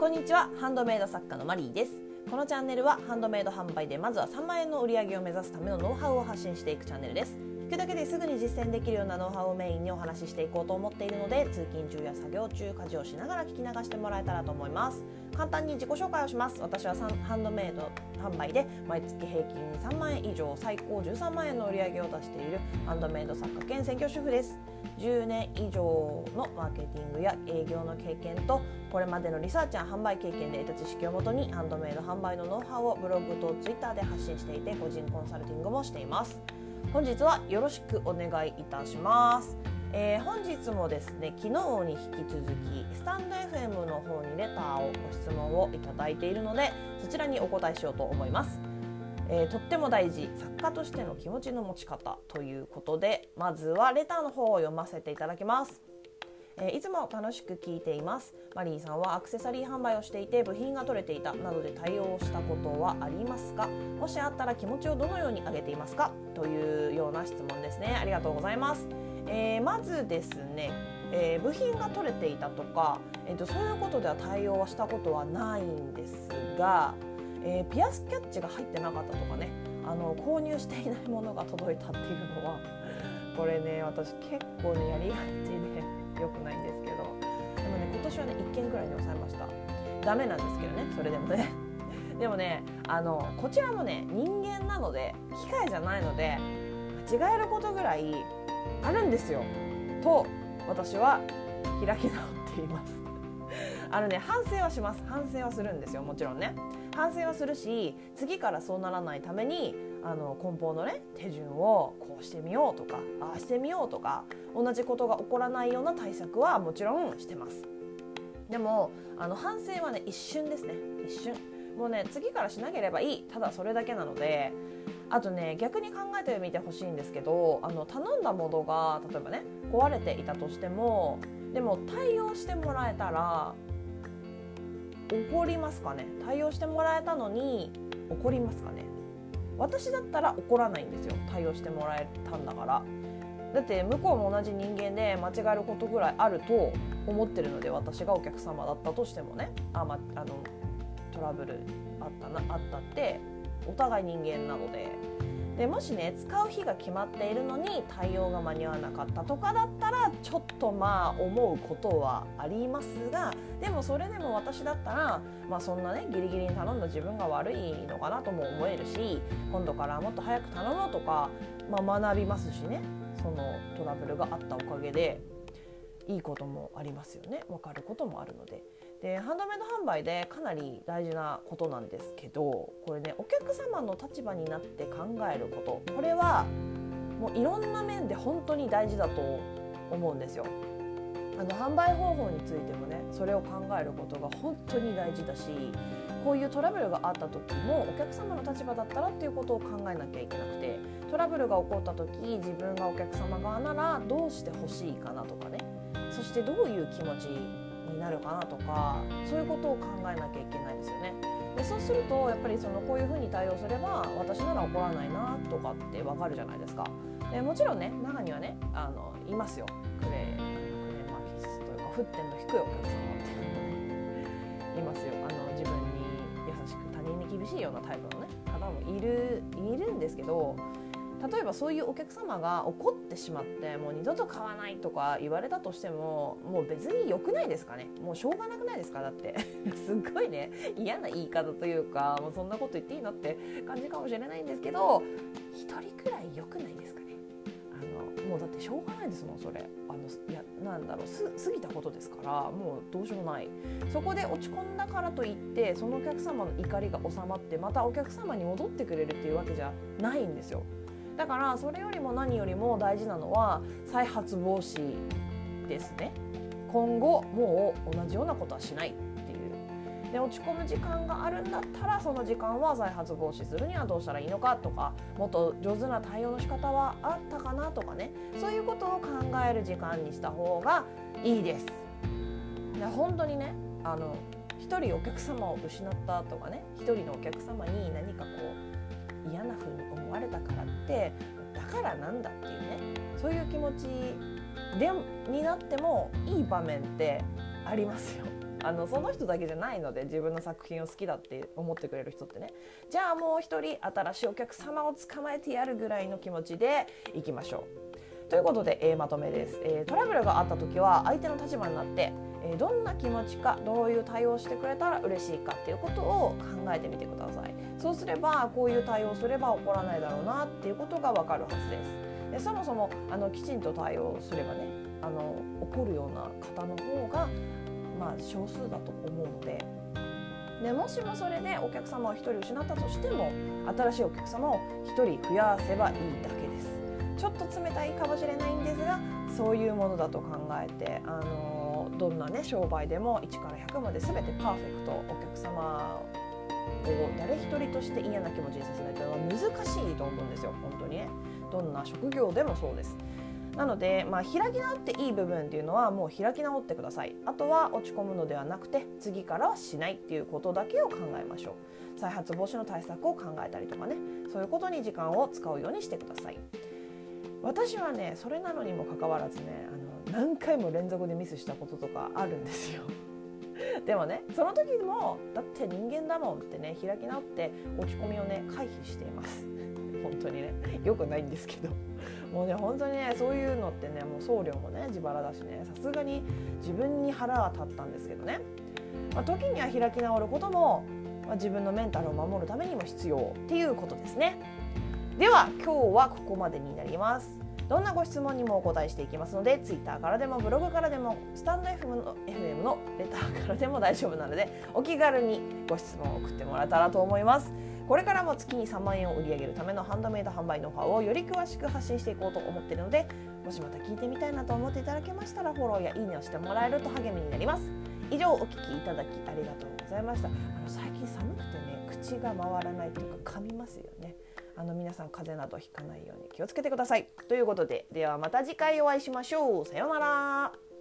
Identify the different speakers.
Speaker 1: こんにちは。ハンドメイド作家のマリーです。このチャンネルはハンドメイド販売でまずは3万円の売り上げを目指すためのノウハウを発信していくチャンネルです。聞くだけですぐに実践できるようなノウハウをメインにお話ししていこうと思っているので、通勤中や作業中、家事をしながら聞き流してもらえたらと思います。簡単に自己紹介をします。私はハンドメイド販売で毎月平均3万円以上、最高13万円の売り上げを出しているハンドメイド作家兼専業主婦です。10年以上のマーケティングや営業の経験とこれまでのリサーチや販売経験で得た知識をもとにハンドメイド販売のノウハウをブログとツイッターで発信していて、個人コンサルティングもしています。本日はよろしくお願いいたします。本日もですね、昨日に引き続きスタンド FM の方にレターをご質問をいただいているので、そちらにお答えしようと思います。とっても大事、作家としての気持ちの持ち方ということで、まずはレターの方を読ませていただきます。いつも楽しく聞いています。マリーさんはアクセサリー販売をしていて部品が取れていたなどで対応したことはありますか？もしあったら気持ちをどのように上げていますか？というような質問ですね。ありがとうございます。まずですね、部品が取れていたとか、そういうことでは対応はしたことはないんですが、ピアスキャッチが入ってなかったとかね、購入していないものが届いたっていうのはこれね、私結構ねやりがちで良くないんですけど、でもね、今年はね1件くらいに抑えました。ダメなんですけどね、それでもねでもね、こちらもね人間なので、機械じゃないので間違えることぐらいあるんですよと私は開き直っています反省はします。反省はするんですよ。もちろんね、反省はするし、次からそうならないために梱包のね手順をこうしてみようとか、ああしてみようとか、同じことが起こらないような対策はもちろんしてます。でも反省はね一瞬ですね。一瞬、もうね次からしなければいい、ただそれだけなので。あとね、逆に考えてみてほしいんですけど、頼んだものが例えばね壊れていたとしても、でも対応してもらえたら怒りますかね？対応してもらえたのに怒りますかね？私だったら怒らないんですよ。対応してもらえたんだから。だって向こうも同じ人間で間違えることぐらいあると思ってるので、私がお客様だったとしてもね、トラブルあったってお互い人間なので、もしね使う日が決まっているのに対応が間に合わなかったとかだったらちょっと思うことはありますが、でもそれでも私だったら、そんなねギリギリに頼んだ自分が悪いのかなとも思えるし、今度からもっと早く頼もうとか、学びますしね。そのトラブルがあったおかげでいいこともありますよね。分かることもあるので。で、ハンドメイド販売でかなり大事なことなんですけど、これねお客様の立場になって考えること、これはもういろんな面で本当に大事だと思うんですよ。販売方法についてもね、それを考えることが本当に大事だし、こういうトラブルがあった時もお客様の立場だったらっていうことを考えなきゃいけなくて、トラブルが起こった時自分がお客様側ならどうしてほしいかなとかね、そしてどういう気持ちになるかなとか、そういうことを考えなきゃいけないですよね。でそうするとやっぱりこういうふうに対応すれば私なら怒らないなとかってわかるじゃないですか。でもちろんね、中にはねいますよ。クレーマーキスというか沸点の低いお客様っていうのもねいますよ。自分に優しく他人に厳しいようなタイプのね方もいるんですけど、例えばそういうお客様が怒ってしまってもう二度と買わないとか言われたとしても、もう別に良くないですかね？もうしょうがなくないですか？だってすっごいね嫌な言い方というか、もうそんなこと言っていいのって感じかもしれないんですけど、一人くらい良くないですかね？もうだってしょうがないですもん、それ。過ぎたことですから、もうどうしようもない。そこで落ち込んだからといってそのお客様の怒りが収まってまたお客様に戻ってくれるっていうわけじゃないんですよ。だからそれよりも何よりも大事なのは再発防止ですね。今後もう同じようなことはしないっていう。で、落ち込む時間があるんだったらその時間は再発防止するにはどうしたらいいのかとか、もっと上手な対応の仕方はあったかなとかね、そういうことを考える時間にした方がいいです。で、本当にね一人お客様を失ったとかね、一人のお客様に何かこう嫌な風に思われたからってだからなんだっていうね、そういう気持ちになってもいい場面ってありますよ。 その人だけじゃないので、自分の作品を好きだって思ってくれる人ってね。じゃあもう一人新しいお客様を捕まえてやるぐらいの気持ちでいきましょう。ということで、まとめです。トラブルがあった時は相手の立場になって、どんな気持ちか、どういう対応してくれたら嬉しいかっていうことを考えてみてください。そうすればこういう対応すれば怒らないだろうなっていうことが分かるはずです。でそもそもきちんと対応すればね、怒るような方の方が少数だと思うので、もしもそれでお客様を1人失ったとしても、新しいお客様を1人増やせばいいだけです。ちょっと冷たいかもしれないんですが、そういうものだと考えて、どんなね商売でも1から100まで全てパーフェクト、お客様を誰一人として嫌な気持ちにさせないというのは難しいと思うんですよ。本当にね、どんな職業でもそうです。なので、開き直っていい部分っていうのはもう開き直ってください。あとは落ち込むのではなくて、次からはしないっていうことだけを考えましょう。再発防止の対策を考えたりとかね、そういうことに時間を使うようにしてください。私はね、それなのにもかかわらずね、何回も連続でミスしたこととかあるんですよ。でもね、その時もだって人間だもんってね、開き直って落ち込みをね回避しています。本当にね、よくないんですけど、もうね本当にね、そういうのってね、もう送料もね自腹だしね、さすがに自分に腹は立ったんですけどね、時には開き直ることも、自分のメンタルを守るためにも必要っていうことですね。では今日はここまでになります。どんなご質問にもお答えしていきますので、Twitter からでもブログからでもスタンド FM のレターからでも大丈夫なので、お気軽にご質問を送ってもらえたらと思います。これからも月に3万円を売り上げるためのハンドメイド販売ノウハウをより詳しく発信していこうと思っているので、もしまた聞いてみたいなと思っていただけましたら、フォローやいいねをしてもらえると励みになります。以上お聞きいただきありがとうございました。最近寒くてね、口が回らないというか噛みますよね。皆さん風邪などひかないように気をつけてください。ということで、ではまた次回お会いしましょう。さようなら。